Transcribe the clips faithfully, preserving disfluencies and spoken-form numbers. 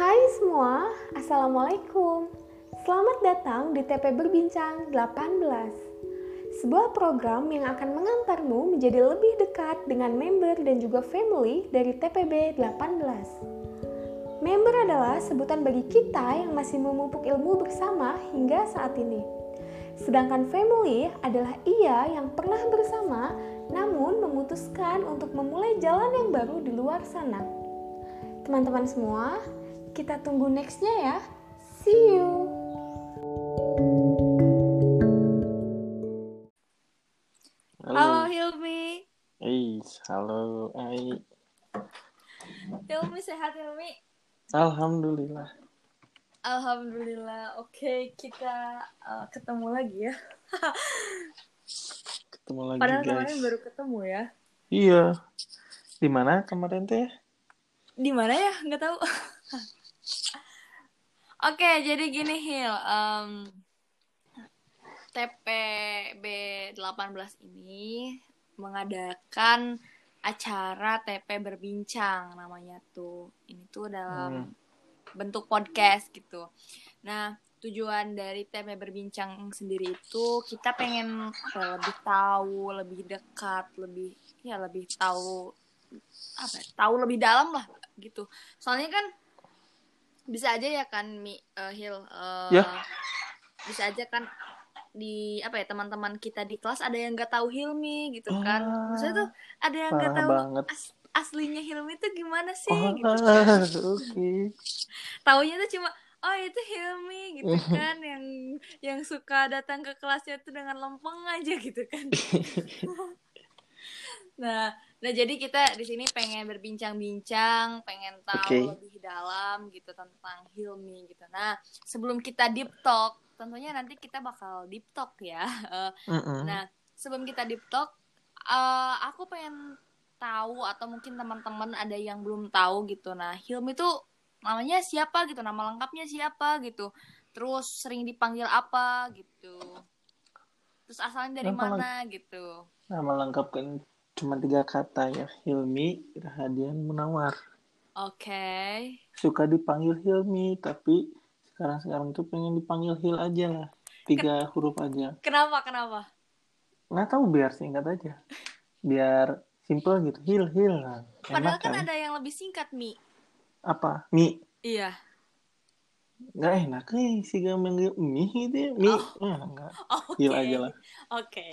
Hai semua, Assalamualaikum. Selamat datang di T P Berbincang delapan belas. Sebuah program yang akan mengantarmu menjadi lebih dekat dengan member dan juga family dari T P B delapan belas. Member adalah sebutan bagi kita yang masih memupuk ilmu bersama hingga saat ini. Sedangkan family adalah ia yang pernah bersama namun memutuskan untuk memulai jalan yang baru di luar sana. Teman-teman semua, kita tunggu next-nya ya. See you! Halo, Halo Hilmi. Hey, halo, Ai. Hilmi sehat Hilmi? Alhamdulillah. Alhamdulillah. Oke, kita uh, ketemu lagi ya. Ketemu lagi, Padahal guys. kemarin baru ketemu ya. Iya. Di mana kemarin teh? Di mana ya? Nggak tahu. Oke, jadi gini Hil. Um, T P B delapan belas ini mengadakan acara T P Berbincang namanya tuh. Ini tuh dalam hmm. bentuk podcast gitu. Nah, tujuan dari T P Berbincang sendiri itu kita pengen apa, lebih tahu, lebih dekat, lebih ya lebih tahu apa? Tahu lebih dalam lah gitu. Soalnya kan bisa aja ya kan Mi uh, Hil uh, ya. Bisa aja kan di apa ya teman-teman kita di kelas ada yang nggak tahu Hilmi gitu kan. Ah, Maksudnya tuh ada yang nggak tahu as, aslinya Hilmi tuh gimana sih oh, gitu kan. Oke. Okay. Taunya tuh cuma oh itu Hilmi gitu kan yang yang suka datang ke kelasnya tuh dengan lempeng aja gitu kan. nah, nah jadi kita di sini pengen berbincang-bincang, pengen tahu okay. lebih dalam gitu tentang Hilmi gitu. Nah, sebelum kita deep talk, tentunya nanti kita bakal deep talk ya. Uh, nah, sebelum kita deep talk, uh, aku pengen tahu atau mungkin teman-teman ada yang belum tahu gitu. Nah, Hilmi tuh namanya siapa gitu, nama lengkapnya siapa gitu, terus sering dipanggil apa gitu, terus asalnya dari nama mana lang- gitu. Nama lengkap kan cuma tiga kata ya, Hilmi Rahadian Munawar. Oke. Okay. Suka dipanggil Hilmi, tapi sekarang-sekarang tuh pengen dipanggil Hil aja lah, tiga Ken- huruf aja. Kenapa? Kenapa? Nggak tahu, biar singkat aja, biar simple gitu, Hil Hil. Nah, padahal enak, kan, kan ada yang lebih singkat Mi. Apa? Mi? Iya. Nggak enak nih sih gak manggil Mi gitu ya. Mi. Oh. Nah, enggak. Oke. Hil aja lah. Oke.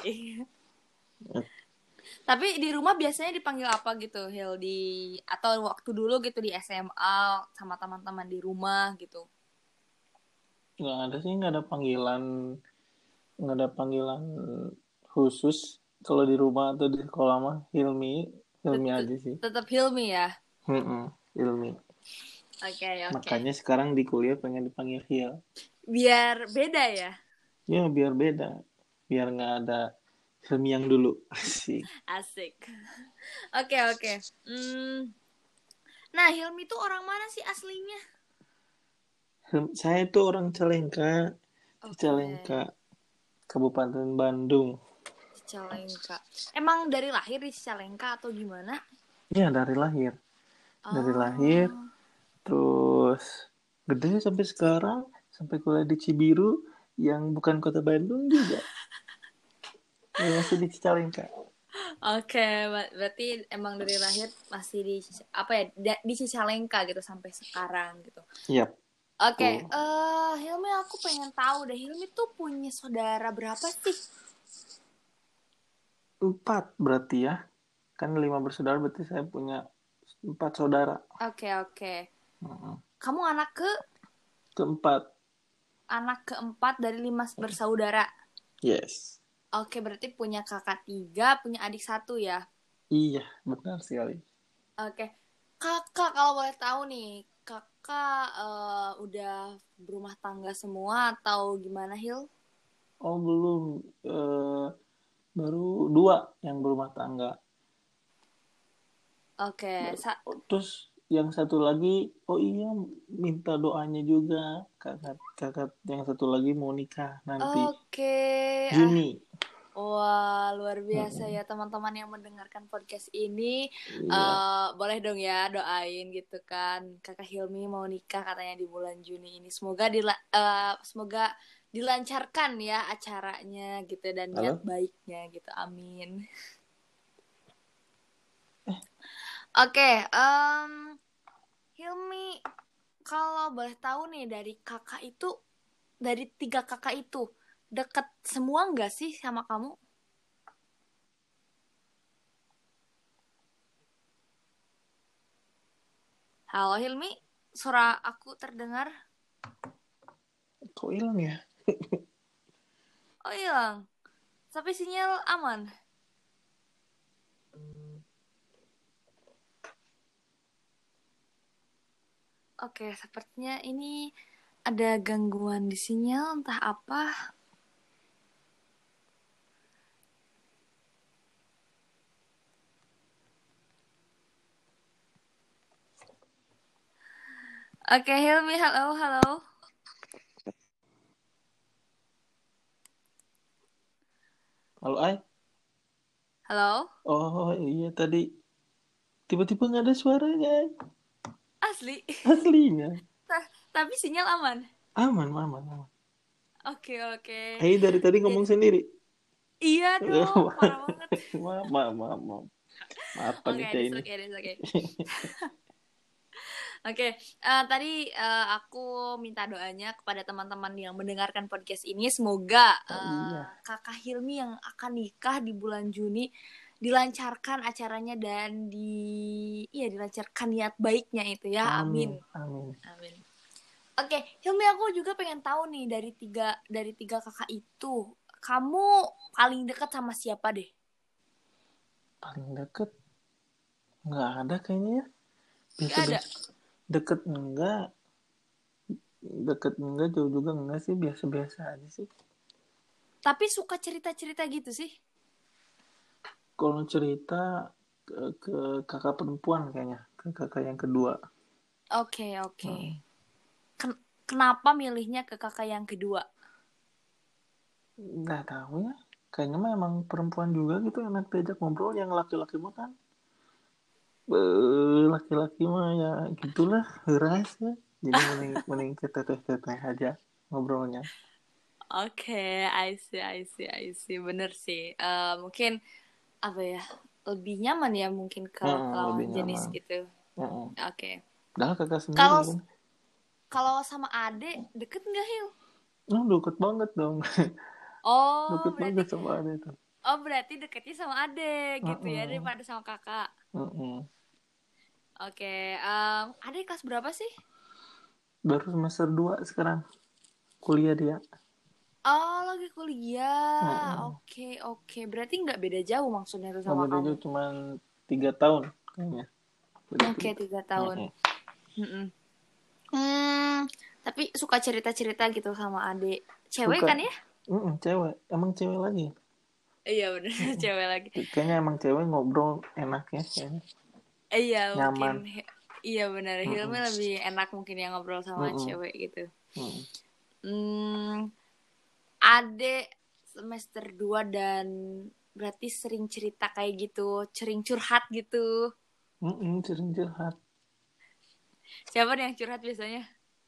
Tapi di rumah biasanya dipanggil apa gitu, Hil, di atau waktu dulu gitu di S M A sama teman-teman di rumah gitu? Nggak ada sih, nggak ada panggilan, nggak ada panggilan khusus. Kalau di rumah atau di sekolah mah Hilmi, Hilmi Tet- aja sih. Tetap Hilmi ya. Hmm, Hilmi. Oke, okay, oke. Okay. Makanya sekarang di kuliah pengen dipanggil Hil. Biar beda ya? Ya, biar beda. Biar nggak ada Hilmi yang dulu. Asik. Asik. Oke, okay, oke. Okay. Hmm. Nah, Hilmi itu orang mana sih aslinya? Saya itu orang Cilengka. Okay. Cilengka, Kabupaten Bandung. Cicalengka. Emang dari lahir di Cicalengka atau gimana? Iya, dari lahir. Oh. Dari lahir. Terus gede sampai sekarang, sampai kuliah di Cibiru yang bukan kota Bandung juga. Ya, masih di Cicalengka. Oke, okay, ber- berarti emang dari lahir masih di apa ya di Cicalengka gitu sampai sekarang gitu. Iya. Yep. Oke, okay, uh, Hilmi aku pengen tahu deh, Hilmi tuh punya saudara berapa sih? Empat berarti ya. Kan lima bersaudara, berarti saya punya empat saudara. Oke, okay, oke. Okay. Uh-huh. Kamu anak ke? Keempat. Anak keempat dari lima bersaudara? Yes. Oke, okay, berarti punya kakak tiga, punya adik satu ya? Iya, benar sekali. Oke, okay. Kakak kalau boleh tahu nih, kakak uh, udah berumah tangga semua atau gimana, Hil? Oh, belum. Uh, baru dua yang berumah tangga. Oke. Okay. Sa- Terus yang satu lagi, oh iya, minta doanya juga kakak kakak yang satu lagi mau nikah nanti. Oke. Okay. Juni. Ah, Wah, luar biasa ya teman-teman yang mendengarkan podcast ini. Iya. Uh, boleh dong ya doain gitu kan. Kakak Hilmi mau nikah katanya di bulan Juni ini. Semoga dila- uh, semoga dilancarkan ya acaranya gitu dan Halo? niat baiknya gitu. Amin. Oke, okay, um, Hilmi, kalau boleh tahu nih dari kakak itu, dari tiga kakak itu, deket semua nggak sih sama kamu? Halo Hilmi, suara aku terdengar? Kok hilang ya? Oh hilang, tapi sinyal aman. Oke, sepertinya ini ada gangguan di sinyal, entah apa. Oke, Hilmi, halo, halo. Halo, Ai? Halo? Oh iya, tadi tiba-tiba nggak ada suaranya. Asli? Aslinya. Tapi sinyal aman? Aman, aman, aman. Oke, oke. Ai dari tadi ngomong Jadi, sendiri? iya dong, parah banget. Maaf, maaf, maaf, maaf. Maaf, panitia ini. Oke, oke, Oke, uh, tadi uh, aku minta doanya kepada teman-teman yang mendengarkan podcast ini. Semoga uh, Oh, iya. kakak Hilmi yang akan nikah di bulan Juni dilancarkan acaranya dan di, iya dilancarkan niat baiknya itu ya. Amin. Amin. Amin. Oke, Hilmi, aku juga pengen tahu nih dari tiga dari tiga kakak itu, kamu paling dekat sama siapa deh? Paling deket? Nggak ada kayaknya ya. Nggak ada. Deket enggak, deket enggak, jauh juga enggak sih, biasa-biasa aja sih. Tapi suka cerita-cerita gitu sih? Kalau cerita ke, ke kakak perempuan kayaknya, ke kakak yang kedua. Oke, okay, oke. Okay. Hmm. Ken- kenapa milihnya ke kakak yang kedua? Nggak tahu ya, kayaknya mah emang perempuan juga gitu enak diajak ngobrol. Yang laki-laki mah kan laki-laki mah ya gitulah, heras ya. Jadi mending mending ke teteh-teteh aja ngobrolnya. Oke, okay, I see, I see, I see. Bener sih. Uh, mungkin apa ya, lebih nyaman ya mungkin kalau hmm, lawan jenis nyaman. gitu. Hmm. Oke. Okay. Dah kakak sendiri. Kalau kalau sama adek deket nggak Hil? Oh, deket banget dong. Oh, deket berarti, banget sama adek itu. Oh, berarti deketnya sama adek gitu uh-uh. ya daripada sama kakak. Uh-uh. Oke, okay. um, adek kelas berapa sih? Baru semester dua sekarang. Kuliah dia. Oh, lagi kuliah. Oke, uh-uh. oke. Okay, okay. Berarti nggak beda jauh maksudnya tuh sama beda kamu? Beda jauh, cuma tiga tahun kayaknya. Oke, okay, tiga tahun. Uh-uh. Hmm, tapi suka cerita-cerita gitu sama adik. Cewek suka. Kan ya? Uh-uh, cewek. Emang cewek lagi. Iya bener, uh-uh. cewek lagi. Kayaknya emang cewek ngobrol enak ya kayaknya. Iya, nyaman. Mungkin, iya benar. Uh-uh. Hilmi lebih enak mungkin yang ngobrol sama uh-uh. cewek gitu. Uh-uh. Hmm, adek semester dua dan berarti sering cerita kayak gitu, sering curhat gitu. Uh-uh, sering curhat. Siapa nih yang curhat biasanya?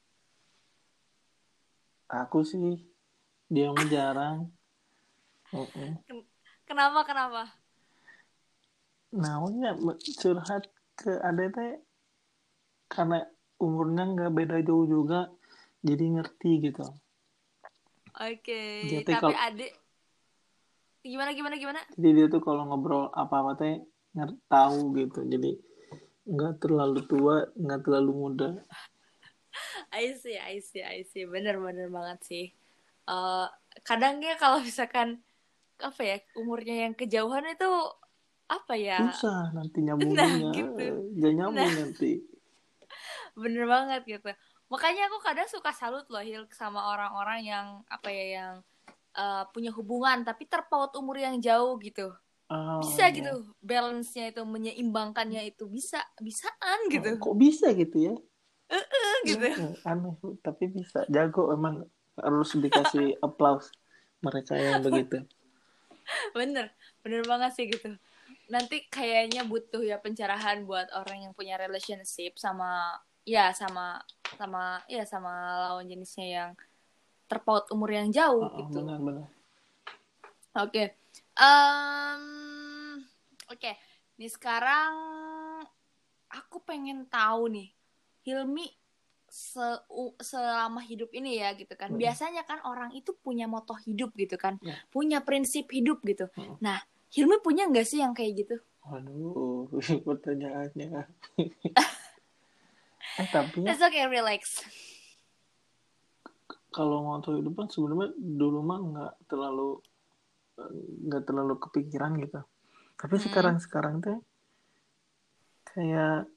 Aku sih, dia mah jarang. Uh-uh. Kenapa, kenapa? Namanya curhat ke adek teh karena umurnya nggak beda jauh juga, jadi ngerti gitu. Oke, okay. Tapi kalo, adik gimana gimana gimana? Jadi dia tuh kalau ngobrol apa-apa teh nggak tahu gitu, jadi nggak terlalu tua, nggak terlalu muda. I see, I see, I see. Bener-bener banget sih. Uh, kadang ya kalau misalkan apa ya umurnya yang kejauhan itu apa ya? Susah nanti nyambungnya, nah, gitu. Gak nyambung nah. nanti. Bener banget gitu. Makanya aku kadang suka salut loh Hil sama orang-orang yang apa ya yang uh, punya hubungan tapi terpaut umur yang jauh gitu. Oh, bisa iya. gitu balance-nya itu menyeimbangkannya itu bisa bisaan gitu. Oh, kok bisa gitu ya? Uh-uh, gitu. Ya, aneh tapi bisa, jago emang, harus dikasih applause mereka yang begitu. Bener, bener banget sih gitu. Nanti kayaknya butuh ya pencerahan buat orang yang punya relationship sama ya sama sama ya sama lawan jenisnya yang terpaut umur yang jauh Uh-uh, gitu. benar-benar. Oke. Okay. Um, Oke. Okay. Nih sekarang aku pengen tahu nih, Hilmi se- selama hidup ini ya gitu kan. Hmm. Biasanya kan orang itu punya moto hidup gitu kan. Ya. Punya prinsip hidup gitu. Hmm. Nah, Hilmi punya nggak sih yang kayak gitu? Waduh, pertanyaannya. eh tapi ya. It's okay, relax. Kalau moto hidup kan sebenarnya dulu mah nggak terlalu nggak terlalu kepikiran gitu. Tapi Hmm. sekarang sekarang teh kayak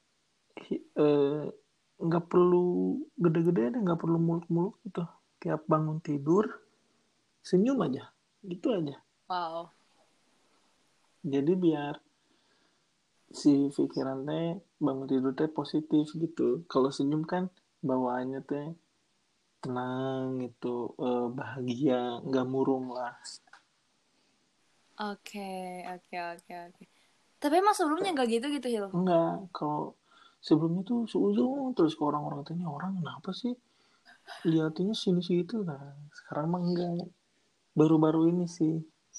nggak eh, perlu gede-gede deh, nggak perlu muluk-muluk gitu. Tiap bangun tidur senyum aja, gitu aja. Wow. Jadi biar si pikiran teh bangun tidur teh positif gitu. Kalau senyum kan bawaannya teh tenang gitu, eh, bahagia, nggak murung lah. Oke, oke, oke, oke. Tapi emang sebelumnya nggak gitu gitu Hil? Enggak, kalau sebelumnya tuh seuzon terus ke orang-orang tanya orang kenapa sih liatinnya sini situ. Nah sekarang mah enggak, baru-baru ini sih.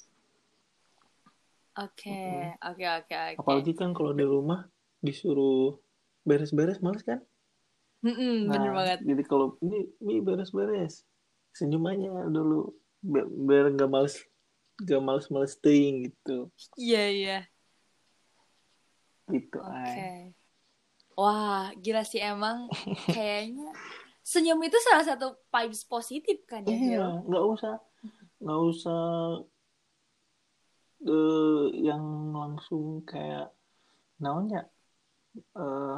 Oke, Mm-mm. oke, oke, oke. Apalagi kan kalau di rumah disuruh beres-beres males kan. Mm-mm, bener Nah banget. jadi kalau ini ini beres-beres senyum aja dulu biar, biar nggak males nggak males-males staying gitu Iya, iya. gitu Oke. ay. Wah, gila sih emang kayaknya senyum itu salah satu vibes positif kan ya, Iya Hil? nggak usah nggak usah eh, yang langsung kayak namanya eh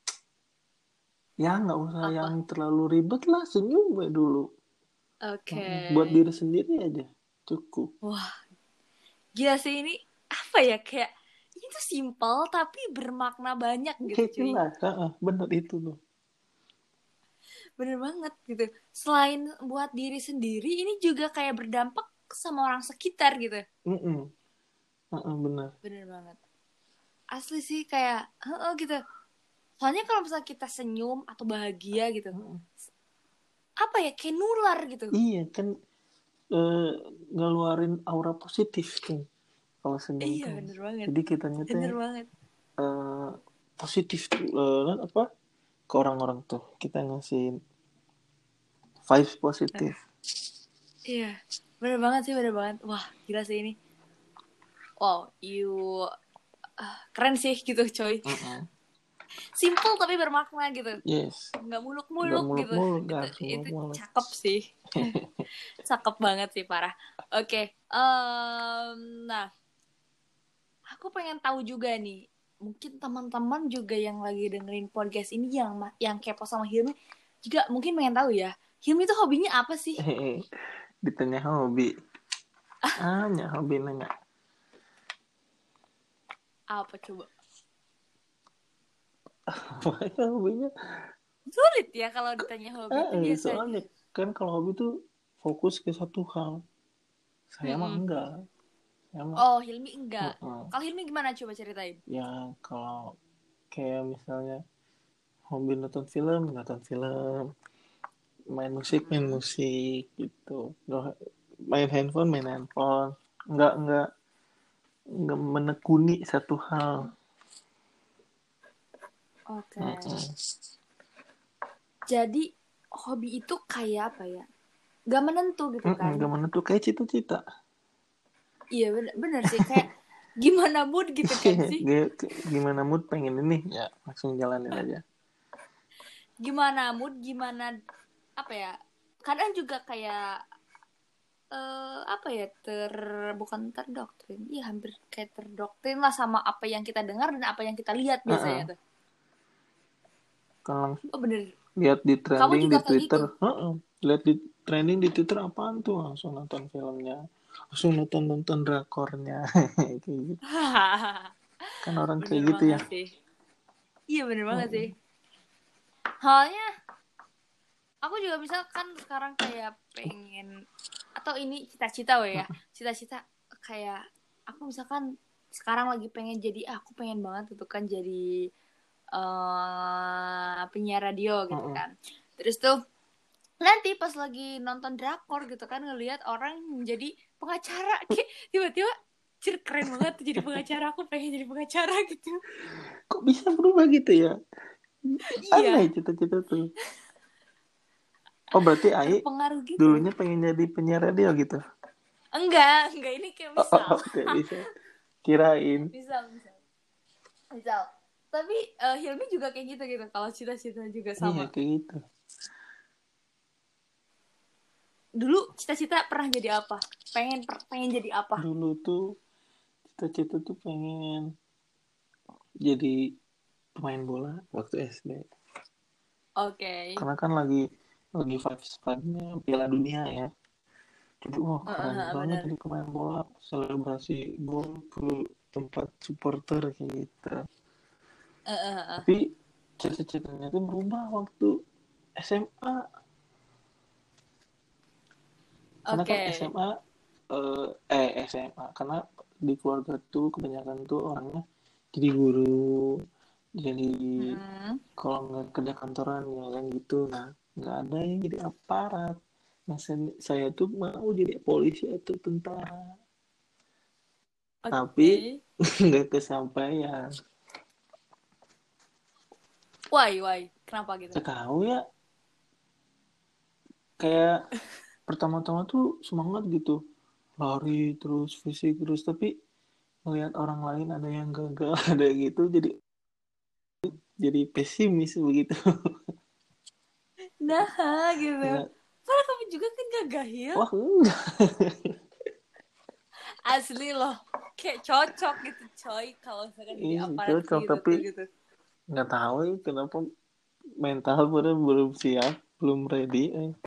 ya nggak usah yang Apa? terlalu ribet lah, senyum we dulu. Oke. Buat diri sendiri aja cukup. Wah, gila sih ini apa ya kayak ini tuh simple tapi bermakna banyak gitu, cuy. Itulah, bener itu tuh. Bener banget gitu. Selain buat diri sendiri, ini juga kayak berdampak sama orang sekitar gitu. Mm-mm. Uh-uh, bener. Bener banget. Asli sih kayak, heeh gitu. Soalnya kalau misalnya kita senyum atau bahagia gitu, Uh-uh. apa ya, kayak nular gitu. Iya kan, eh, ngeluarin aura positif tuh kalau senyum Iya tuh. bener banget. Jadi kitanya tuh Bener banget. eh, positif tuh eh, apa ke orang-orang tuh. Kita ngasih vibes positif. Iya, bener banget sih, bener banget. Wah, gila sih ini. Wow, you uh, keren sih gitu, coy. Uh-uh. Simple tapi bermakna gitu. Yes. Nggak Nggak muluk-muluk gitu. muluk-muluk, Itu, nggak itu muluk-muluk. cakep sih. Cakep banget sih, parah. Oke, okay. um, nah, aku pengen tahu juga nih. Mungkin teman-teman juga yang lagi dengerin podcast ini yang yang kepo sama Hilmi juga mungkin pengen tahu ya. Hilmi tuh hobinya apa sih? Ditanya hobi. Ah, nya hobi nanya. Apa coba? Apa ya hobinya? Sulit ya kalau ditanya hobi Ah, itu eh, biasanya. soalnya kan kalau hobi tuh fokus ke satu hal. Saya mah Mm-mm. enggak. Saya mah, Oh, Hilmi enggak. uh-uh. Kalau Hilmi gimana coba ceritain? Ya kalau kayak misalnya hobi nonton film, nonton film, main musik, main Mm-mm. musik gitu. Main handphone, main handphone. Enggak enggak enggak menekuni satu hal. Oke. Uh-uh. Jadi hobi itu kayak apa ya? Gak menentu gitu kan? Enggak menentu kayak cita-cita. Iya bener, bener sih kayak gimana mood gitu kan sih? Gimana mood pengen ini ya langsung jalanin aja. Gimana mood, gimana apa ya? Kadang juga kayak uh, apa ya ter bukan terdoktrin, iya hampir kayak terdoktrin lah sama apa yang kita dengar dan apa yang kita lihat biasanya Uh-uh. tuh. Kan langsung Oh bener. lihat di Kamu trending di juga kayak Twitter, gitu? uh-uh. lihat di trending di Twitter apaan tuh langsung nonton filmnya, langsung nonton nonton drakornya, kayak gitu. Kan orang Bener kayak gitu ya. banget sih. Iya bener banget Uh-uh. sih. Halnya aku juga misalkan sekarang kayak pengen atau ini cita-cita we ya, cita-cita kayak aku misalkan sekarang lagi pengen jadi, ah, aku pengen banget gitu kan jadi uh, penyiar radio gitu Mm-mm. kan. Terus tuh nanti pas lagi nonton drakor gitu kan ngelihat orang menjadi pengacara, kayak tiba-tiba cir keren banget tuh jadi pengacara, aku pengen jadi pengacara gitu. Kok bisa berubah gitu ya? Iya, Aneh cita-cita tuh. Oh berarti Ai terpengaruh gitu. dulunya pengen jadi penyiar radio gitu? Enggak, enggak, ini kayak Oh, misal. oh, oh, kayak bisa. Kirain. Misal, misal. Misal. Tapi uh, Hilmi juga kayak gitu gitu. Kalau cita-cita juga Iya sama. kayak gitu. Dulu cita-cita pernah jadi apa? Pengen pengen jadi apa? Dulu tuh cita-cita tuh pengen jadi pemain bola waktu S D. Oke. Okay. Karena kan lagi lagi vibes-vibesnya Piala Dunia ya. Jadi wah keren uh, uh, banget bener. jadi pemain bola, selebrasi gol ke tempat supporter kayak gitu. Uh, uh, uh. Tapi cita-citanya tuh berubah waktu S M A. Karena Oke. kan S M A eh, eh S M A karena di keluarga tuh kebanyakan tuh orangnya jadi guru, jadi Mm-hmm. kalau nggak kerja kantoran ya yang gitu. Nah nggak ada yang jadi aparat. Nah saya tuh mau jadi polisi atau tentara. Okay. Tapi nggak kesampaian. Why, why? Kenapa gitu? Gak tahu ya. Kayak pertama-tama tuh semangat gitu, lari terus fisik terus, tapi melihat orang lain ada yang gagal ada gitu, jadi jadi pesimis begitu. Nah, gitu. Nggak, Padahal kamu juga kan gagah ya. wah enggak. Asli loh. Kayak cocok gitu coy. Kalau misalkan jadi Iya, aparat cocok, gitu tapi gitu. nggak tahu ya kenapa mental pada belum siap, belum ready. Eh. Oke.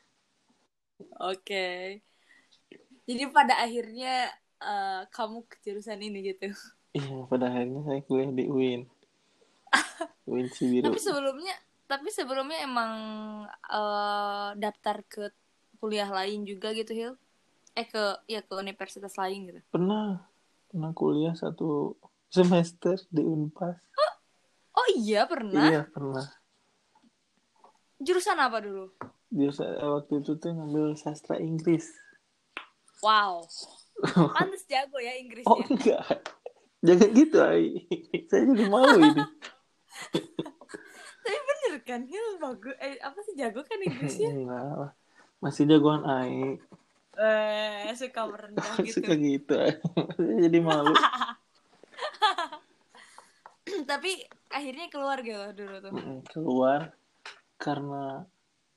Okay. Jadi pada akhirnya uh, kamu ke jurusan ini gitu. Iya, pada akhirnya saya kuliah di U I N. U I N Cibiru. Tapi sebelumnya, tapi sebelumnya emang uh, daftar ke kuliah lain juga gitu, Hil? Eh ke ya ke universitas lain gitu. Pernah, pernah kuliah satu semester di Unpas. Oh iya pernah. Iya pernah. Jurusan apa dulu? Jurusan waktu itu tuh ngambil sastra Inggris. Wow. Pantes jago ya Inggrisnya. Oh enggak. Jangan gitu, Ai. Saya jadi malu ini. Tapi bener kan, Hil bagus. Eh, apa sih jago kan Inggrisnya? Enggak. Masih jagoan Ai. Eh, suka merendah gitu. Suka gitu. Saya jadi malu. Tapi akhirnya keluar gitu dulu tuh. Keluar karena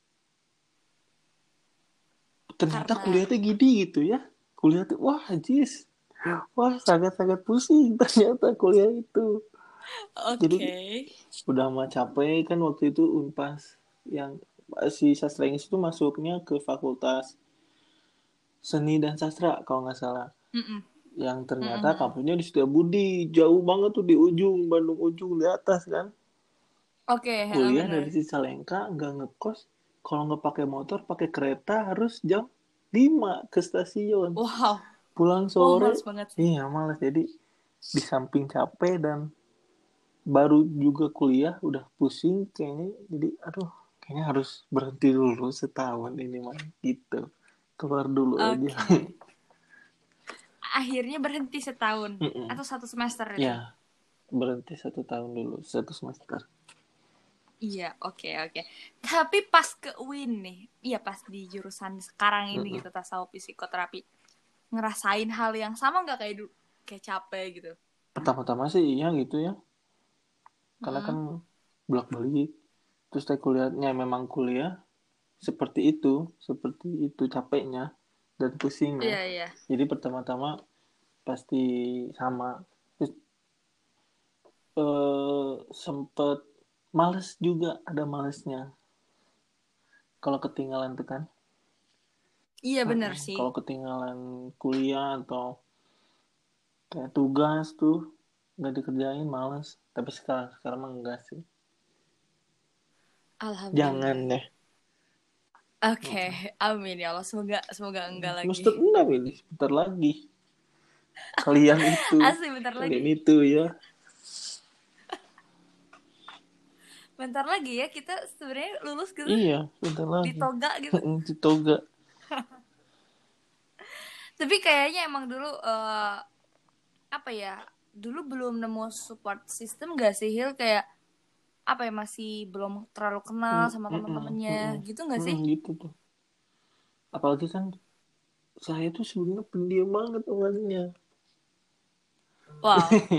ternyata Karena... kuliahnya gini gitu ya. Kuliah tuh wah jis. Wah sangat-sangat pusing ternyata kuliah itu. Oke. Jadi udah mah capek kan waktu itu Unpas yang si sastra Inggris itu masuknya ke fakultas seni dan sastra kalau nggak salah. Mm-mm. Yang ternyata Mm-mm. kampusnya di Setiabudi, jauh banget tuh di ujung Bandung ujung di atas kan. Oke, okay, kuliah bener. dari Cicalengka nggak ngekos, kalau nggak pakai motor pakai kereta harus jam lima ke stasiun. Wow. Pulang sore. Oh, males banget. Iya malas, jadi di samping capek dan baru juga kuliah udah pusing kayaknya, jadi aduh kayaknya harus berhenti dulu setahun ini mah gitu, keluar dulu okay. aja. Akhirnya berhenti setahun Mm-mm. atau satu semester itu? Ya berhenti satu tahun dulu, satu semester. Iya, oke okay, oke. Okay. Tapi pas ke U I N nih, iya pas di jurusan sekarang ini Mm-mm. gitu, tasawuf psikoterapi, ngerasain hal yang sama nggak kayak dulu, kayak capek gitu? Pertama-tama sih iya gitu ya, karena mm-hmm. kan bolak-balik, terus saya kuliahnya memang kuliah seperti itu, seperti itu capeknya dan pusingnya. Iya iya. Jadi pertama-tama pasti sama, terus eh, sempet males juga, ada malesnya kalau ketinggalan tuh kan. Iya benar nah, sih. Kalau ketinggalan kuliah atau kayak tugas tuh nggak dikerjain males. Tapi sekarang sekarang mah enggak sih. Alhamdulillah. Jangan deh. Oke, okay. Amin ya Allah. Semoga semoga enggak lagi. Semester enam ini, sebentar lagi. Kalian itu, Asli bentar kalian lagi. itu ya. Bentar lagi ya kita sebenarnya lulus gitu. Iya, bentar lagi. Di toga gitu. Di toga. Tapi kayaknya emang dulu uh, apa ya? Dulu belum nemu support system gak sih Hil, kayak apa ya, masih belum terlalu kenal Mm, sama mm, mm, teman-temannya mm, gitu gak mm, sih? gitu tuh. Apalagi kan saya tuh sebenarnya pendiam banget orangnya. Wow.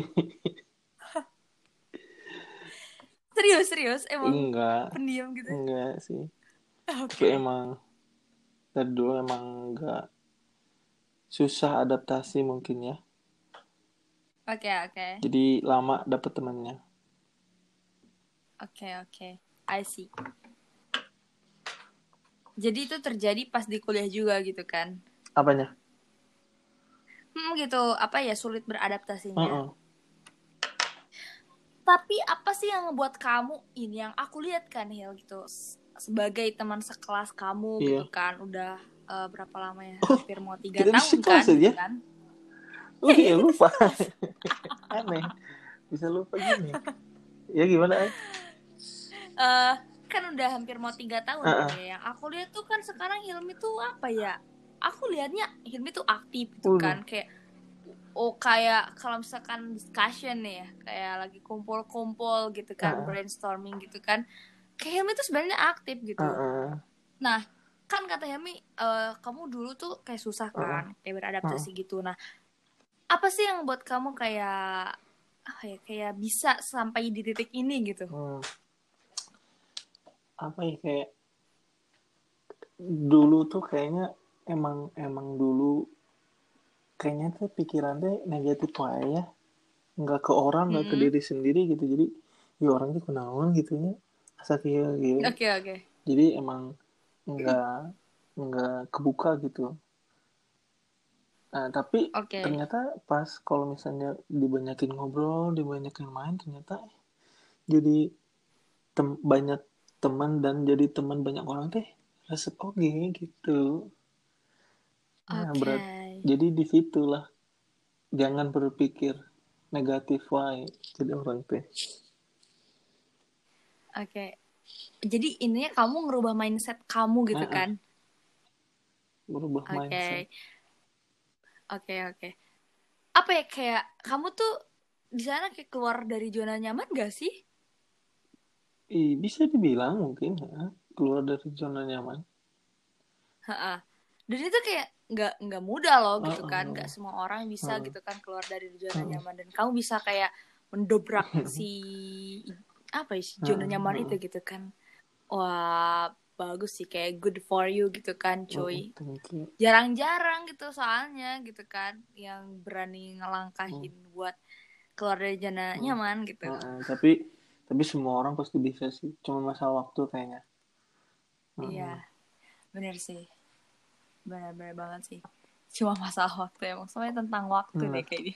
Serius serius emang Enggak, pendiam gitu. enggak sih. Oke. Tapi emang dari dulu emang enggak, susah adaptasi mungkin ya. Oke okay, oke. Okay. Jadi lama dapet temannya. Oke okay, oke. Okay. I see. Jadi itu terjadi pas di kuliah juga gitu kan? Apanya? Hmm gitu, apa ya, sulit beradaptasinya. Uh-uh. Tapi apa sih yang ngebuat kamu ini, yang aku lihat kan Hil gitu, sebagai teman sekelas kamu Iya. gitu kan, udah uh, berapa lama ya? Oh, hampir mau tiga kita tahun kan aja? gitu kan? Oh iya, iya lupa. Aneh, bisa lupa gini. Ya gimana? Uh, kan udah hampir mau tiga tahun uh-uh. kan ya. Yang aku lihat tuh kan sekarang Hilmi tuh apa ya? Aku lihatnya Hilmi tuh aktif gitu Udah. kan, kayak oh kayak kalau misalkan discussion nih ya, kayak lagi kumpul-kumpul gitu kan, uh-uh. brainstorming gitu kan, kayak Hilmi tuh sebenarnya aktif gitu. Uh-uh. Nah kan kata Hilmi, uh, kamu dulu tuh kayak susah kan, uh-uh. kayak beradaptasi uh-uh. gitu. Nah apa sih yang buat kamu kayak ah ya kayak bisa sampai di titik ini gitu? Hmm. Apa ya, kayak dulu tuh kayaknya emang emang dulu kayaknya tuh pikirannya negatif aja ya, nggak ke orang, nggak mm-hmm. ke diri sendiri gitu. Jadi ya orangnya kenalan gitu ya, asal kayak gitu. Oke okay, oke. Okay. Jadi emang nggak nggak kebuka gitu. Nah tapi okay. ternyata pas kalau misalnya dibanyakin ngobrol, dibanyakin main, ternyata jadi tem- banyak teman dan jadi teman banyak orang teh resep oke gitu. Nah, okay. berat. Jadi di situlah, jangan berpikir negatif wae jadi orang teh. Oke. Okay. Jadi intinya kamu ngerubah mindset kamu gitu uh-uh. kan? Merubah okay. mindset. Oke okay, oke. Okay. Apa ya, kayak kamu tuh di sana kayak keluar dari zona nyaman gak sih? Ih, bisa dibilang mungkin ya, keluar dari zona nyaman. Ha-ha. Dan itu kayak nggak nggak mudah loh gitu uh-uh. kan, nggak semua orang bisa uh-uh. gitu kan keluar dari zona uh-uh. nyaman, dan kamu bisa kayak mendobrak si apa ya, si zona uh-uh. nyaman itu gitu kan. Wah bagus sih, kayak good for you gitu kan cuy. Uh-uh. Jarang-jarang gitu soalnya gitu kan yang berani ngelangkahin uh-uh. buat keluar dari zona uh-uh. nyaman gitu. Uh-uh. Tapi tapi semua orang pasti bisa sih, cuma masalah waktu kayaknya. Uh-uh. Iya bener sih, benar-benar banget sih, cuma masalah waktu, emang semuanya tentang waktu hmm. deh kayaknya.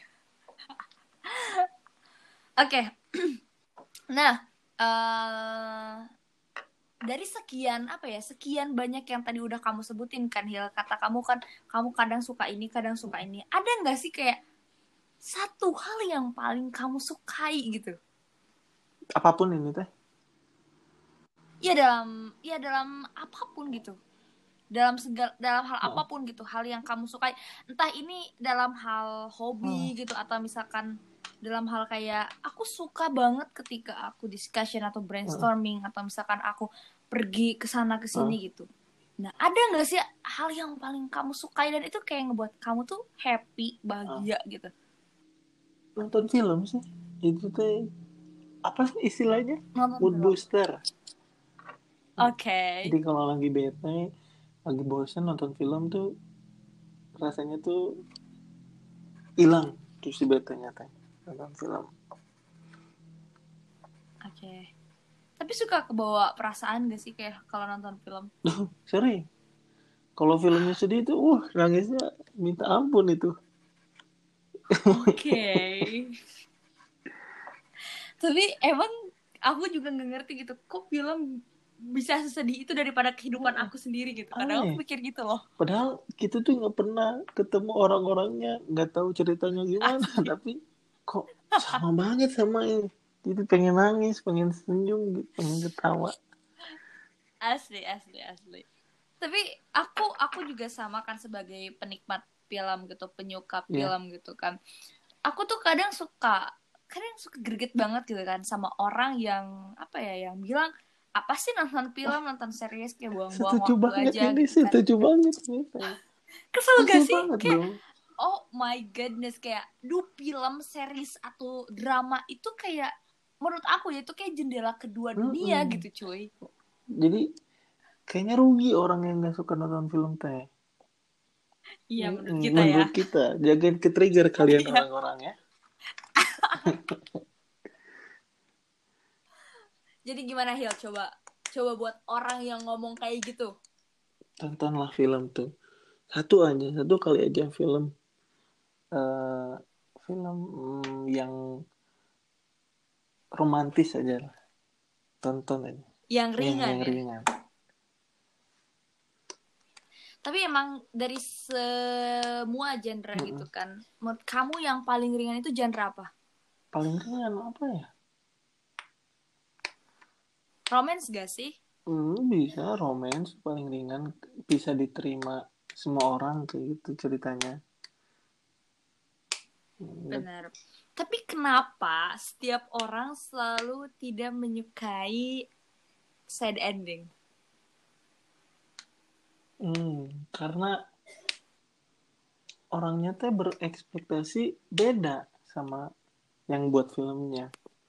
Oke, okay. Nah uh, dari sekian apa ya, sekian banyak yang tadi udah kamu sebutin kan Hil, kata kamu kan kamu kadang suka ini kadang suka ini, ada nggak sih kayak satu hal yang paling kamu sukai gitu? Apapun ini teh? Iya dalam, ya dalam apapun gitu. Dalam segala, dalam hal apapun gitu, hal yang kamu sukai, entah ini dalam hal hobi hmm. gitu, atau misalkan dalam hal kayak aku suka banget ketika aku discussion atau brainstorming, hmm. atau misalkan aku pergi ke sana ke sini hmm. gitu. Nah ada nggak sih hal yang paling kamu sukai dan itu kayak ngebuat kamu tuh happy, bahagia hmm. gitu? Nonton film sih, itu tuh apa sih istilahnya, nonton mood film. Booster. Oke. Okay. Jadi kalau lagi bete, lagi bosan, nonton film tuh rasanya tuh hilang tuh si betenya teh, nonton film. Oke. Okay. Tapi suka kebawa perasaan gak sih kayak kalau nonton film? Sering. Kalau filmnya sedih tuh, uh nangisnya minta ampun itu. Oke. Okay. Tapi emang aku juga nggak ngerti gitu, kok film bisa sesedih itu daripada kehidupan aku sendiri gitu. Kadang aku pikir gitu loh. Padahal kita tuh nggak pernah ketemu orang-orangnya, nggak tahu ceritanya gimana, Asli. tapi kok sama banget sama ini. Jadi pengen nangis, pengen senyum, gitu, pengen ketawa. Asli, asli, asli. Tapi aku aku juga sama kan sebagai penikmat film gitu, penyuka Yeah. film gitu kan. Aku tuh kadang suka, kadang suka greget banget gitu kan sama orang yang apa ya, yang bilang apa sih nonton film, nonton series kayak buang-buang Setuju waktu banget aja ini, gitu kan. setuju banget gitu. Kesel gak Setuju sih? banget Kayak dong. oh my goodness, kayak duh, film, series atau drama itu kayak menurut aku ya itu kayak jendela kedua dunia Mm-mm. gitu cuy. Jadi kayaknya rugi orang yang nggak suka nonton film teh. Iya Mm-mm. menurut kita Menurut ya. kita, jagain ke trigger kalian Iya. orang-orang ya. Jadi gimana Hil, coba coba buat orang yang ngomong kayak gitu. Tontonlah film tuh. Satu aja, satu kali aja film. Uh, film mm, yang romantis aja lah. Tonton aja. Yang Yang, ringan yang ya. ringan. Tapi emang dari semua genre Mm-mm. gitu kan, menurut kamu yang paling ringan itu genre apa? Paling ringan apa ya? Romance gak sih? Hmm, bisa romance paling ringan, bisa diterima semua orang kayak gitu ceritanya. Benar. Tapi kenapa setiap orang selalu tidak menyukai sad ending? Hmm, karena orangnya teh berekspektasi beda sama yang buat filmnya.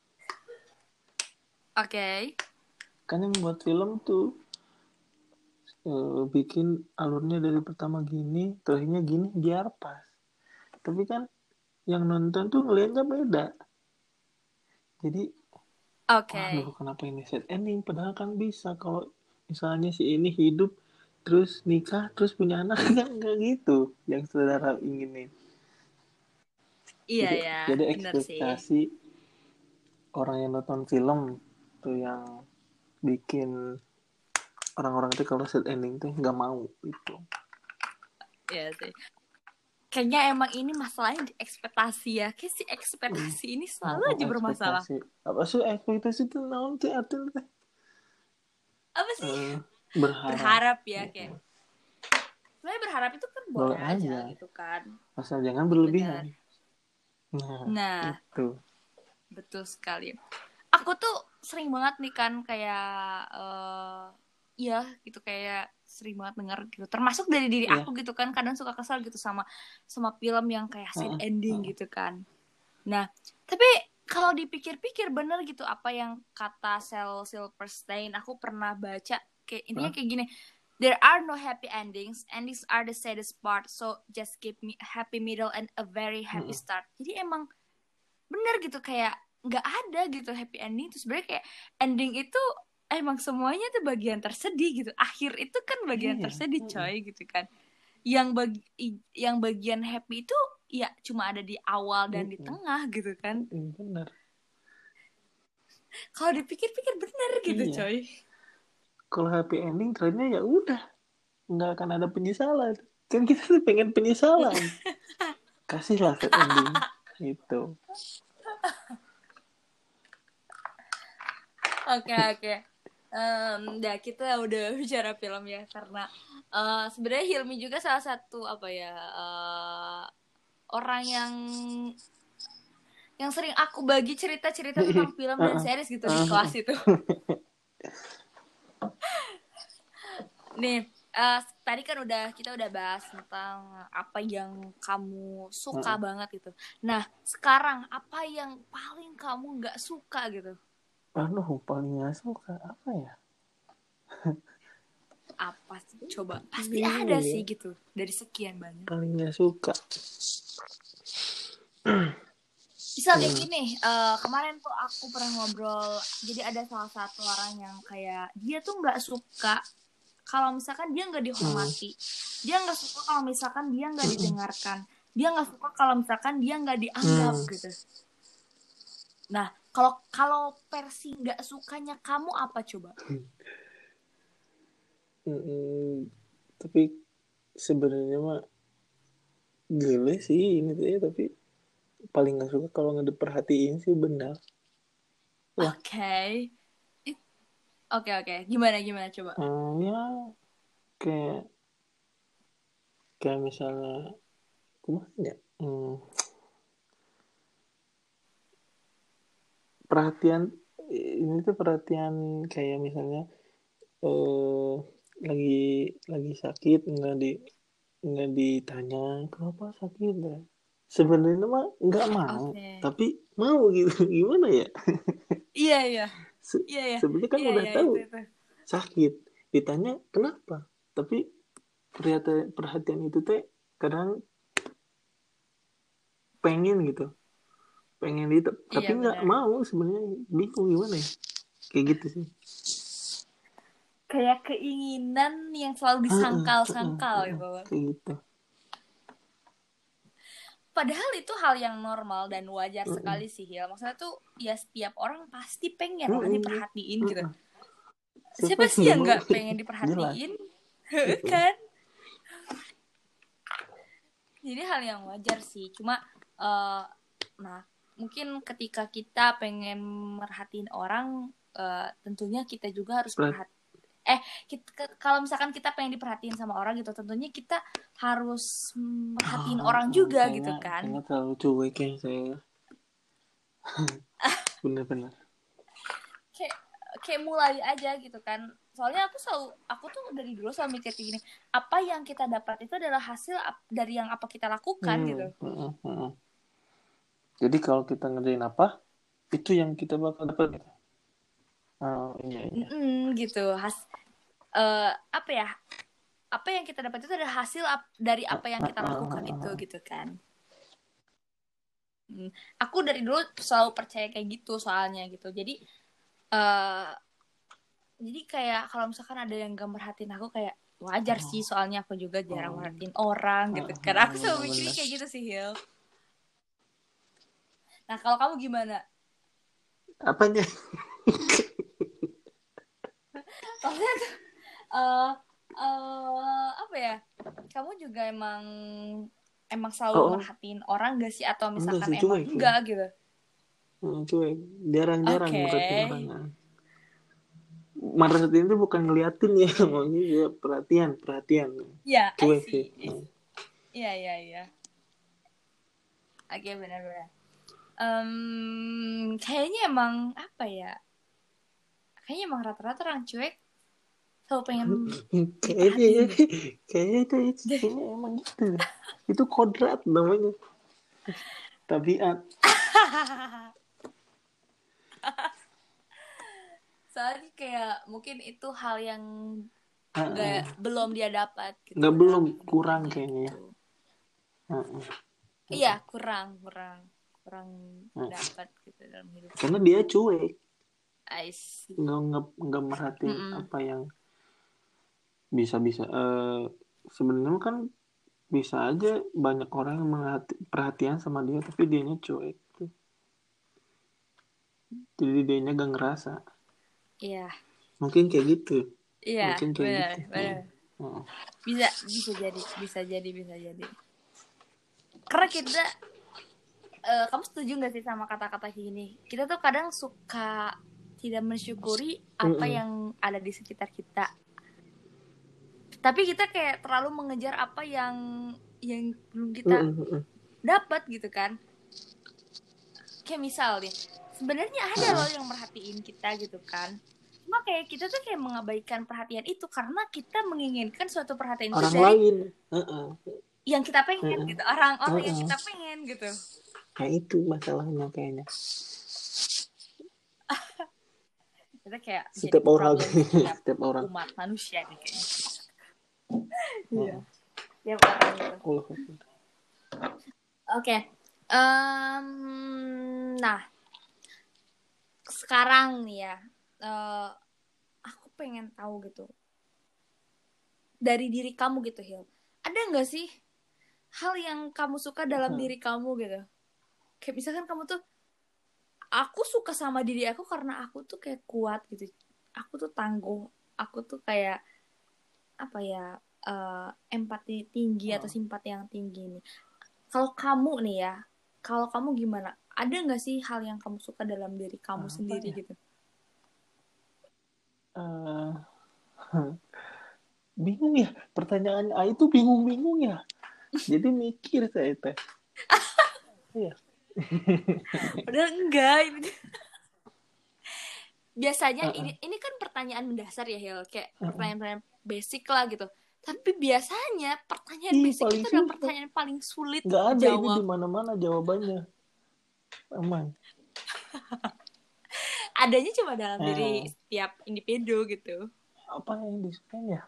Oke. Okay. Kan yang buat film tuh uh, bikin alurnya dari pertama gini, terakhirnya gini biar pas. Tapi kan yang nonton tuh ngelihatnya beda. Jadi, okay. waduh kenapa ini sad ending? Padahal kan bisa kalau misalnya si ini hidup terus nikah terus punya anak kan nggak gitu yang saudara inginin. Iya jadi, ya, jadi benar ekspektasi sih. orang yang nonton film tuh yang bikin orang-orang itu kalau sad ending tuh nggak mau itu. Iya sih. Kayaknya emang ini masalahnya di ekspektasi ya. Kayak si ekspektasi hmm. ini selalu oh, aja bermasalah. Apa sih ekspektasi itu naon teh artinya? Apa sih? Uh, berharap. Berharap ya kayak. Sebenarnya berharap itu kan boleh, boleh aja, aja gitu kan. Asal jangan berlebihan. Nah, nah itu. Betul sekali. Aku tuh sering banget nih kan kayak uh, ya gitu kayak sering banget denger gitu. Termasuk dari diri yeah. aku gitu kan, kadang suka kesal gitu sama sama film yang kayak sad ending uh, uh. gitu kan. Nah, tapi kalau dipikir-pikir bener gitu apa yang kata Shel Silverstein, aku pernah baca kayak intinya huh? kayak gini. There are no happy endings. Endings are the saddest part. So just give me a happy middle and a very happy uh. start. Jadi emang bener gitu kayak nggak ada gitu happy ending. Terus sebenarnya kayak ending itu emang semuanya tuh bagian tersedih gitu. Akhir itu kan bagian yeah. tersedih coy gitu kan. Yang bagi yang bagian happy itu ya cuma ada di awal dan mm-hmm. di tengah gitu kan. Mm-hmm. Bener. Kalau dipikir-pikir bener gitu iya. coy. Kalau happy ending trennya ya udah nggak akan ada penyesalan. Kan kita tuh pengen penyesalan. Kasihlah happy ending gitu. Oke okay, oke. Okay. Um, dah kita udah bicara film ya karena uh, sebenarnya Hilmi juga salah satu apa ya uh, orang yang yang sering aku bagi cerita-cerita tentang film dan series gitu di kelas itu. Nih uh, tadi kan udah kita udah bahas tentang apa yang kamu suka hmm. banget gitu. Nah sekarang apa yang paling kamu nggak suka gitu? Aduh paling nggak suka apa ya? Apa sih? Coba pasti Gini, ada ya. sih gitu dari sekian banyak. Paling nggak suka. Misal kayak gini, uh, kemarin tuh aku pernah ngobrol. Jadi ada salah satu orang yang kayak dia tuh nggak suka kalau misalkan dia nggak dihormati, hmm. dia nggak suka kalau misalkan dia nggak didengarkan, dia nggak suka kalau misalkan dia nggak dianggap hmm. gitu. Nah, kalau kalau versi nggak sukanya kamu apa coba? Mm-mm. Tapi sebenarnya mah gele sih ini tuh ya, tapi paling nggak suka kalau nggak diperhatiin sih benar. Wah, Oke. Okay. Oke, okay, oke. Okay. Gimana, gimana coba? uh, ya kayak kayak misalnya, gimana ya? Hmm, perhatian ini tuh perhatian kayak misalnya eh lagi lagi sakit nggak di nggak ditanya kenapa sakit ya. Sebenarnya mah nggak mau, Oke. Okay. tapi mau gitu. Gimana ya? Iya, iya. Se- Iya, iya. sebenarnya kan Iya, udah iya, tahu itu, itu. sakit, ditanya kenapa, tapi perhatian perhatian itu teh kadang pengen gitu, pengen itu Iya, tapi nggak benar. mau, sebenarnya bingung gimana ya, kayak gitu sih. Kayak keinginan yang selalu Heeh, heeh, disangkal-sangkal heeh, gitu. kayak gitu. Padahal itu hal yang normal dan wajar Heeh, sekali sih, Hil. Maksudnya tuh ya setiap orang pasti pengen lah heeh, diperhatiin gitu. heeh. Siapa Siapa yang sih nggak yang mau? nggak pengen Jelas. diperhatiin? Heeh. Kan? Jadi hal yang wajar sih. Cuma, uh, nah mungkin ketika kita pengen merhatiin orang, uh, tentunya kita juga harus Berat. perhati. Eh, kita, kalau misalkan kita pengen diperhatiin sama orang gitu, tentunya kita harus merhatiin Ah, orang ah, juga kayaknya gitu kan. kayaknya terlalu cuek ya saya. Bener-bener. Kayak kayak mulai aja gitu kan. Soalnya aku selalu aku tuh dari dulu selalu mikir kayak gini, apa yang kita dapat itu adalah hasil dari yang apa kita lakukan Hmm, gitu. heeh, heeh. Jadi kalau kita ngerjain apa, itu yang kita bakal dapat gitu. Oh iya iya. Mm-mm, gitu. Has uh, apa ya? Apa yang kita dapat itu adalah hasil ap- dari apa yang Ah, kita ah, lakukan ah, itu ah. gitu kan. Hmm. Aku dari dulu selalu percaya kayak gitu soalnya gitu. Jadi uh, jadi kayak kalau misalkan ada yang gak merhatiin aku kayak wajar sih, Oh, soalnya aku juga jarang oh. merhatiin orang Ah, gitu. ah, Karena ah, aku selalu mikirnya bener-bener. kayak gitu sih, Hil. Nah, kalau kamu gimana? Apanya? Maksudnya tuh, uh, uh, apa ya? Kamu juga emang emang Oh, selalu oh, merhatiin orang gak sih? Atau enggak misalkan sih emang cuek ya. enggak gitu? Hmm, cuek. Jarang-jarang Oke. merhatiin orang. Merhatiin itu bukan ngeliatin ya, maunya juga perhatian, perhatian. Ya, I Cuek sih. see. I Hmm. see. Iya, iya, iya. Oke, benar-benar. Um, kayaknya emang apa ya? Kayaknya emang rata-rata orang cuek selalu pengen Kayaknya ya, diperhatiin deh. kayaknya itu, itu kayaknya emang gitu. Itu kodrat namanya, tabiat. Soalnya kayak mungkin itu hal yang Uh-uh. gak, belum dia dapat gitu Nggak, belum, dalam kurang hidupnya kayaknya ya. gitu. Uh-uh. Iya, kurang, kurang, kurang Uh-uh. dapat gitu dalam hidupnya. Karena dia cuek, I see. nggak nggak nggak merhatiin Mm-mm. apa yang bisa bisa. Uh, sebenarnya kan bisa aja banyak orang yang merhati, perhatian sama dia, tapi dianya cuek. Jadi dianya gak ngerasa. Iya, Mungkin kayak gitu. iya, Mungkin kayak benar, gitu. benar. Uh-uh. Bisa, bisa jadi, bisa jadi, bisa jadi. Karena kita, uh, kamu setuju nggak sih sama kata-kata gini? Kita tuh kadang suka tidak mensyukuri apa Uh-uh. yang ada di sekitar kita. Tapi kita kayak terlalu mengejar apa yang yang belum kita Uh-uh. dapat gitu kan. Kayak misal nih, sebenarnya ada Uh-uh. loh yang merhatiin kita gitu kan. Cuma kayak kita tuh kayak mengabaikan perhatian itu karena kita menginginkan suatu perhatian itu Orang dari lain. Uh-uh. yang kita pengen Uh-uh. gitu, orang-orang yang Uh-uh. kita pengen gitu. Nah itu masalahnya kayaknya. Kita kayak jadi Setiap orang. problem setiap Setiap orang. umat manusia nih kayaknya. Iya. Uh-uh. Tiap orang gitu. Allah. Oke. Okay. Um, nah, sekarang nih ya, uh, aku pengen tahu gitu dari diri kamu gitu, Hil. Ada nggak sih hal yang kamu suka dalam Uh-huh. diri kamu gitu? Kayak misalkan kamu tuh, aku suka sama diri aku karena aku tuh kayak kuat gitu. Aku tuh tangguh. Aku tuh kayak apa ya uh, empati tinggi Oh. atau simpati yang tinggi nih. Kalau kamu nih ya, kalau kamu gimana? Ada nggak sih hal yang kamu suka dalam diri kamu Apa sendiri ya? gitu? Uh, bingung ya, pertanyaan A itu bingung-bingung ya. Jadi mikir saya teh. Iya. Padahal enggak. Biasanya Uh-uh. ini ini kan pertanyaan mendasar ya Hil, kayak Uh-uh. pertanyaan-pertanyaan basic lah gitu. Tapi biasanya pertanyaan Ih, basic itu susah. adalah pertanyaan paling sulit nggak ada dijawab. ini di mana-mana jawabannya. Aman. Adanya cuma dalam eh. diri setiap individu gitu. Apa yang disukain ya?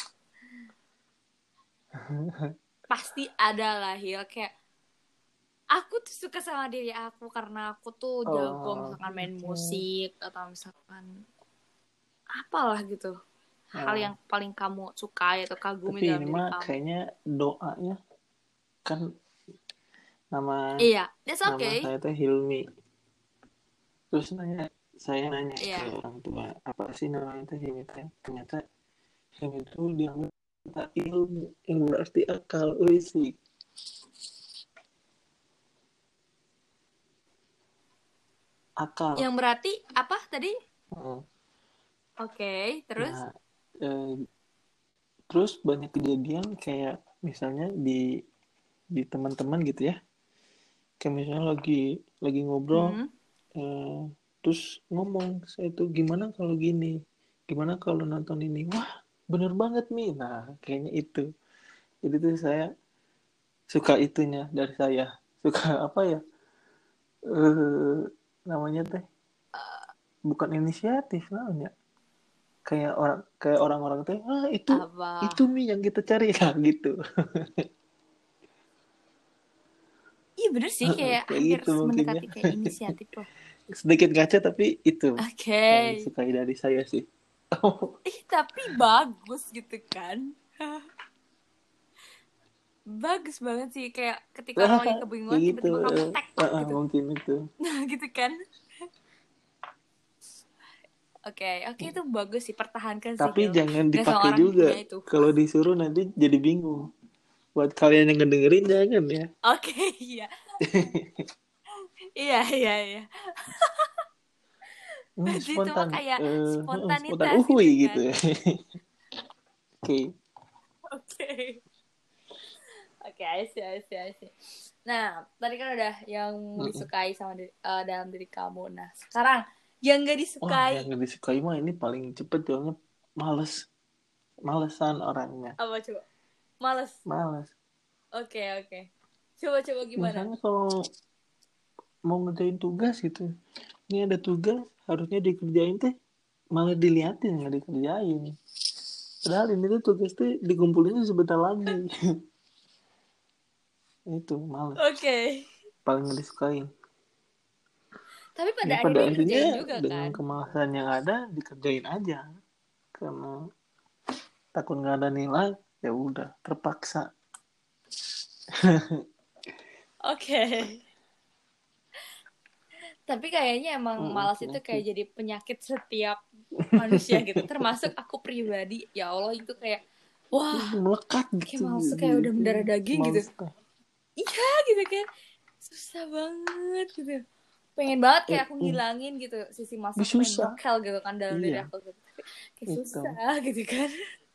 Pasti ada lah Hil, kayak aku tuh suka sama diri aku karena aku tuh jago Oh, misalkan main okay. musik atau misalkan apalah gitu. Hal Oh. yang paling kamu sukai atau kagumi Tapi dalam ini diri mah kamu. kayaknya doanya kan nama Iya, that's nama okay. saya teh Hilmi. Terus nanya saya nanya Iya. ke orang tua apa sih namanya teh Hilmi teh? Ternyata Hilmi itu dianggap ilmu yang berarti akal, wisik. Akal. Yang berarti apa tadi? Uh. Oke, okay, terus? Nah, eh, terus banyak kejadian kayak misalnya di di teman-teman gitu ya, kayak misalnya lagi lagi ngobrol, hmm. eh, terus ngomong saya tuh gimana kalau gini, gimana kalau nonton ini, wah bener banget nih. Nah kayaknya itu, jadi tuh saya suka itunya dari saya, suka apa ya, eh, namanya teh bukan inisiatif namanya, kayak orang kayak orang-orang teh ah itu apa? itu Mi yang kita cari lah gitu. Iya bener sih, kayak, kayak hampir gitu mendekati ya. kayak inisiatif loh. Sedikit gacha tapi itu okay. yang disukai dari saya sih. Ih tapi bagus gitu kan. Bagus banget sih, kayak ketika lo lagi kebingungan gitu. tiba-tiba kamu tek tek uh, gitu. Mungkin itu. Nah gitu kan. Oke, okay, oke okay, itu bagus sih, pertahankan sih. Tapi Hil. jangan dipakai juga. Kalau disuruh nanti jadi bingung. Buat kalian yang ngedengerin jangan ya. Oke, okay, iya. Iya, iya, iya. Hmm, spontan. Itu kayak uh, spontanitas spontan uhui gitu. gitu. Oke. Oke. Oke, I see, I see, I see. Nah, tadi kan udah yang disukai sama di, uh, dalam diri kamu. Nah, sekarang yang gak disukai. Wah, yang gak disukai mah ini paling cepet jawabnya males. Malesan orangnya. Apa coba? Males? Males. Oke, okay, oke. Okay. Coba-coba gimana? Misalnya kalau mau ngerjain tugas gitu. Ini ada tugas, harusnya dikerjain teh. Malah diliatin, gak dikerjain. Padahal ini tuh tugas tuh dikumpulinnya sebentar lagi. Itu males. Oke. Okay. Paling gak disukain. Tapi pada, ya, pada akhirnya juga dengan kan? kemalasan yang ada dikerjain aja. Karena takut gak ada nilai, ya udah terpaksa. Oke. Okay. Tapi kayaknya emang hmm, malas penyakit. Itu kayak jadi penyakit setiap manusia gitu. Termasuk aku pribadi, ya Allah itu kayak wah, melekat gitu. Kayak malas kayak udah mendarah daging males gitu. Kah? Iya gitu kan. Susah banget gitu. Pengen banget kayak aku ngilangin gitu sisi malas aku pengen bekal gitu kan dalam iya. diri aku gitu. Tapi kayak itu. Susah gitu kan.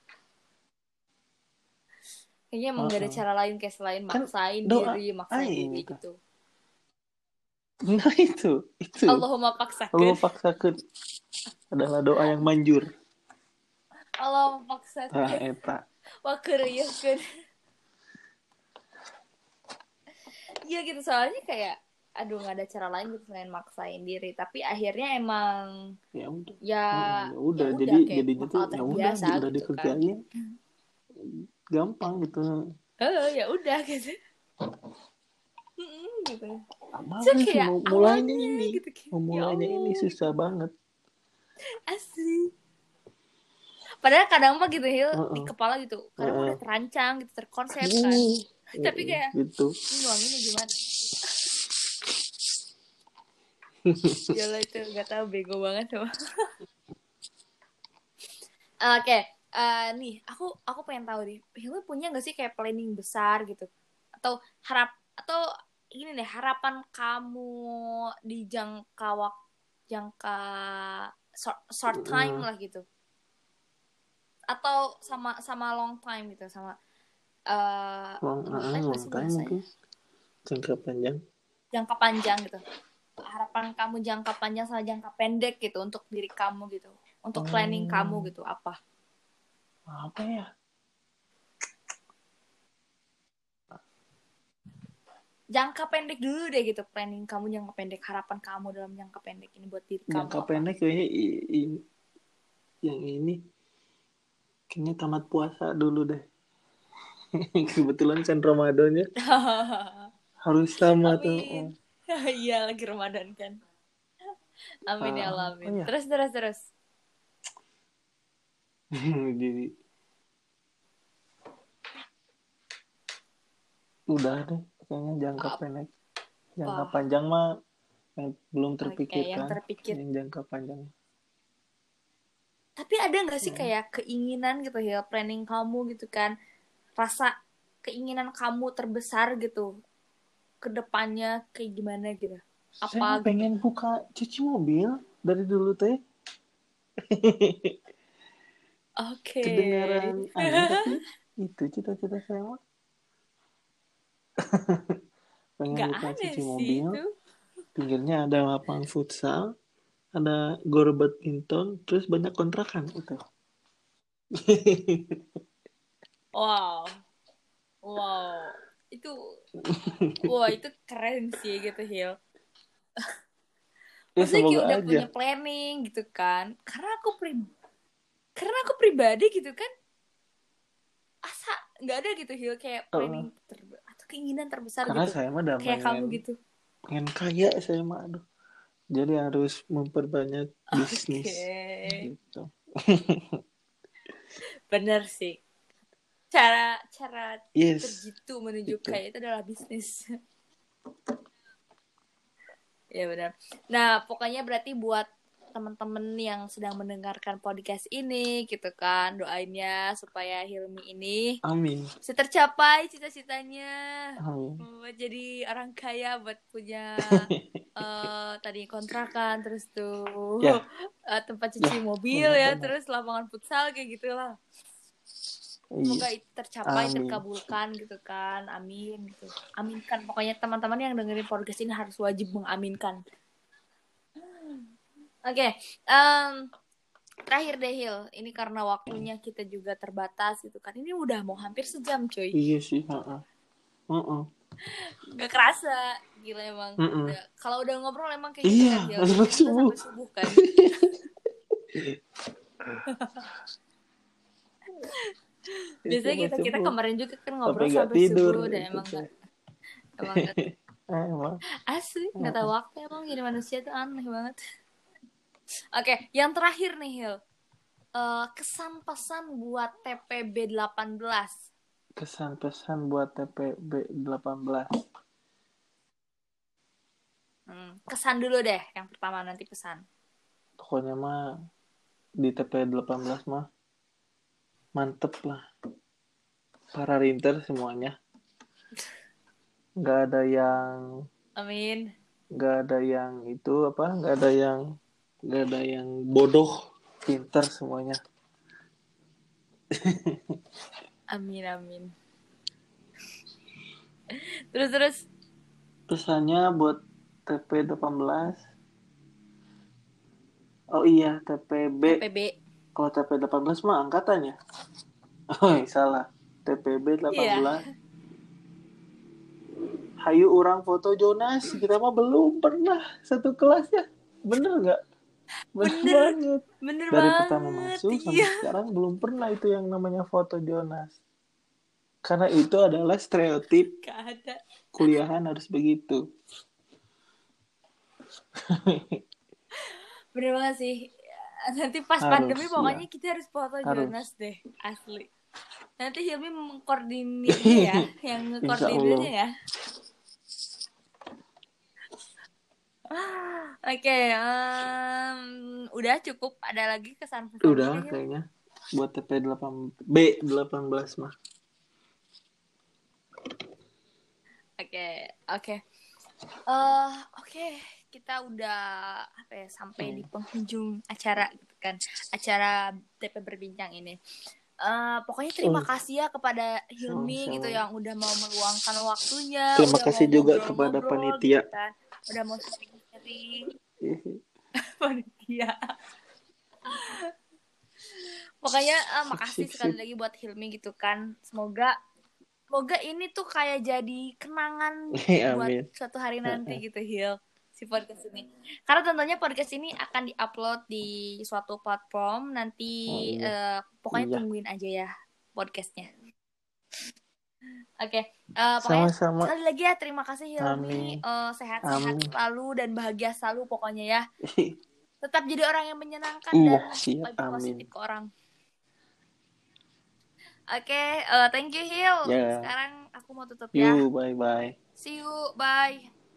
Kayaknya emang uh-uh. gak ada cara lain kayak selain maksain kan diri, maksain diri gitu. gitu. Nah itu, itu. Allahumma paksakan. Allahumma paksakan adalah doa yang manjur. Allahumma paksakan. Tah eta. Wa keureuyeun. Iya gitu, soalnya kayak aduh nggak ada cara lain gitu selain maksain diri. Tapi akhirnya emang ya udah. Ya, ya udah. Ya jadi jadinya tuh ya udah udah gitu dikerjain. Kan. Gampang gitu. Oh ya udah gitu. gitu. So, kayak mau mulainya ini, gitu, mau mulainya ya ini susah banget. Asli. Padahal kadang mah gitu Hil uh-uh. di kepala gitu, kadang uh-uh. udah terancang gitu, terkonsep kan. Uh, Tapi kayak gitu. Nuanginnya gimana? Yalah itu nggak tahu, bego banget sama. Oke, okay. uh, nih aku aku pengen tahu nih, Hilmi punya nggak sih kayak planning besar gitu, atau harap atau ini deh harapan kamu di jangka waktu jangka short, short time Hmm, lah gitu, atau sama sama long time gitu, sama uh, long, long uh, time nggak long sih time bahasanya, mungkin jangka panjang. jangka panjang gitu, harapan kamu jangka panjang sama jangka pendek gitu untuk diri kamu gitu, untuk planning kamu Oh, gitu apa? apa ya? Jangka pendek dulu deh gitu, planning kamu jangka pendek, harapan kamu dalam jangka pendek ini buat diri kamu Jangka apa? pendek kayaknya i- i- yang ini kayaknya tamat puasa dulu deh. Kebetulan kan Ramadannya harus tamat tuh. Amin. Iya lagi Ramadan kan. Amin ya Allah, Uh, apa amin. ya? Terus terus terus. Jadi udah deh kayaknya jangka pendek. Jangka Apa? panjang mah yang belum Oke, yang terpikirkan. terpikir. Yang jangka panjang. Tapi ada nggak sih Hmm. kayak keinginan gitu ya, planning kamu gitu kan, rasa keinginan kamu terbesar gitu ke depannya kayak gimana gitu? Saya Apa mah gitu? pengen buka cuci mobil dari dulu teh. Oke. Kedengaran aneh tapi itu cita-cita saya mah. Pengen Nggak buka aneh cuci sih mobil, itu. pinggirnya ada lapangan futsal, ada gor badminton, terus banyak kontrakan itu. Wow, wow. Itu, wow itu keren sih gitu Hil. Ya Maksudnya kayak semoga udah punya aja. planning gitu kan. Karena aku pri karena aku pribadi gitu kan, asa nggak ada gitu Hil kayak Uh, planning ter- atau keinginan terbesar karena gitu saya mah udah kayak kamu pengen gitu. pengen kaya saya mah aduh. Jadi harus memperbanyak bisnis Oke, gitu. bener sih. Cara cara Yes, terjitu menuju itu. kaya itu adalah bisnis. Ya benar. Nah, pokoknya berarti buat teman-teman yang sedang mendengarkan podcast ini gitu kan, doainnya supaya Hilmi ini Amin. bisa tercapai cita-citanya Amin. buat jadi orang kaya, buat punya uh, tadi kontrakan, terus tuh Ya, uh, tempat ya, cuci mobil ya, benar-benar. terus lapangan futsal kayak gitulah. Iya. Semoga itu tercapai, Amin. terkabulkan gitu kan. Amin gitu. Aminkan. Pokoknya teman-teman yang dengerin podcast ini harus wajib mengaminkan. Oke, okay. um, terakhir deh Hil. Ini karena waktunya kita juga terbatas gitu kan. Ini udah mau hampir sejam coy. Iya sih, heeh. Heeh. Gak kerasa. Gila emang. Heeh. Udah, kalau udah ngobrol emang kayak gitu Iya, kan Hil. sampai Dengerin kita subuh. sampai subuh kan. Biasanya kita kita subuh. kemarin juga kan Sampai ngobrol gak sampai tidur subuh dan itu emang teh. gak emang gak Ah, emang. asli nggak tahu Heeh. waktu, emang jadi manusia tuh aneh banget. Oke, okay, yang terakhir nih Hil. Uh, kesan pesan buat T P B delapan belas. Kesan-pesan buat T P B delapan belas. Hmm, kesan dulu deh yang pertama, nanti pesan. Pokoknya mah di T P delapan belas mah mantep lah. Para rinter semuanya. Gak ada yang Amin. gak ada yang itu apa? Gak ada yang gak ada yang bodoh. Pinter semuanya. Amin amin. Terus terus Pesannya buat T P delapan belas. Oh iya, T P B. T P B. Kalau T P delapan belas mah angkatannya. Oh, salah. T P B delapan belas. Iya. Hayu orang foto Jonas. Kita mah belum pernah satu kelas ya. Bener nggak? Bener Bener. banget. Bener Dari banget. pertama masuk sampai Iya. sekarang belum pernah itu yang namanya foto Jonas. Karena itu adalah stereotip Gak ada. kuliahan harus begitu. Bener banget sih. Nanti pas Harus pandemi ya. pokoknya kita harus foto Harus. Jonas deh. Asli. Nanti Hilmi mengkoordinirnya ya. Yang Insya Allah. ngekoordinirnya ya. Oke, okay, um, udah cukup. Ada lagi kesan pesan? Udah kayaknya. buat T P delapan B delapan belas mah. Oke, oke. Eh, oke, kita udah apa ya, sampai di penghujung acara gitu kan. Acara T P Berbincang ini. Eh, pokoknya terima Oh. kasih ya kepada Hilmi Sama-sama. gitu yang udah mau meluangkan waktunya, Terima udah kasih mau juga kepada ngobrol-ngobrol panitia. gitu kan. Udah mau sharing-sharing. Ih, Panitia. Pokoknya eh, makasih sip, sip, sekali sip. lagi buat Hilmi gitu kan. Semoga semoga ini tuh kayak jadi kenangan buat Amin. suatu hari nanti gitu, Hil, si podcast ini. Karena tentunya podcast ini akan diupload di suatu platform nanti. Oh, iya. eh, pokoknya Iya. tungguin aja ya podcastnya. Oke, eh, pokoknya Sama-sama. sekali lagi ya terima kasih Hilmi. Amin. Eh, sehat-sehat Amin. selalu dan bahagia selalu pokoknya ya. Ih, Tetap jadi orang yang menyenangkan Iya, dan siap. lebih Amin. positif ke orang. Oke, eh, thank you Hil. Ya. Sekarang aku mau tutup ya. You, bye-bye. See you, bye.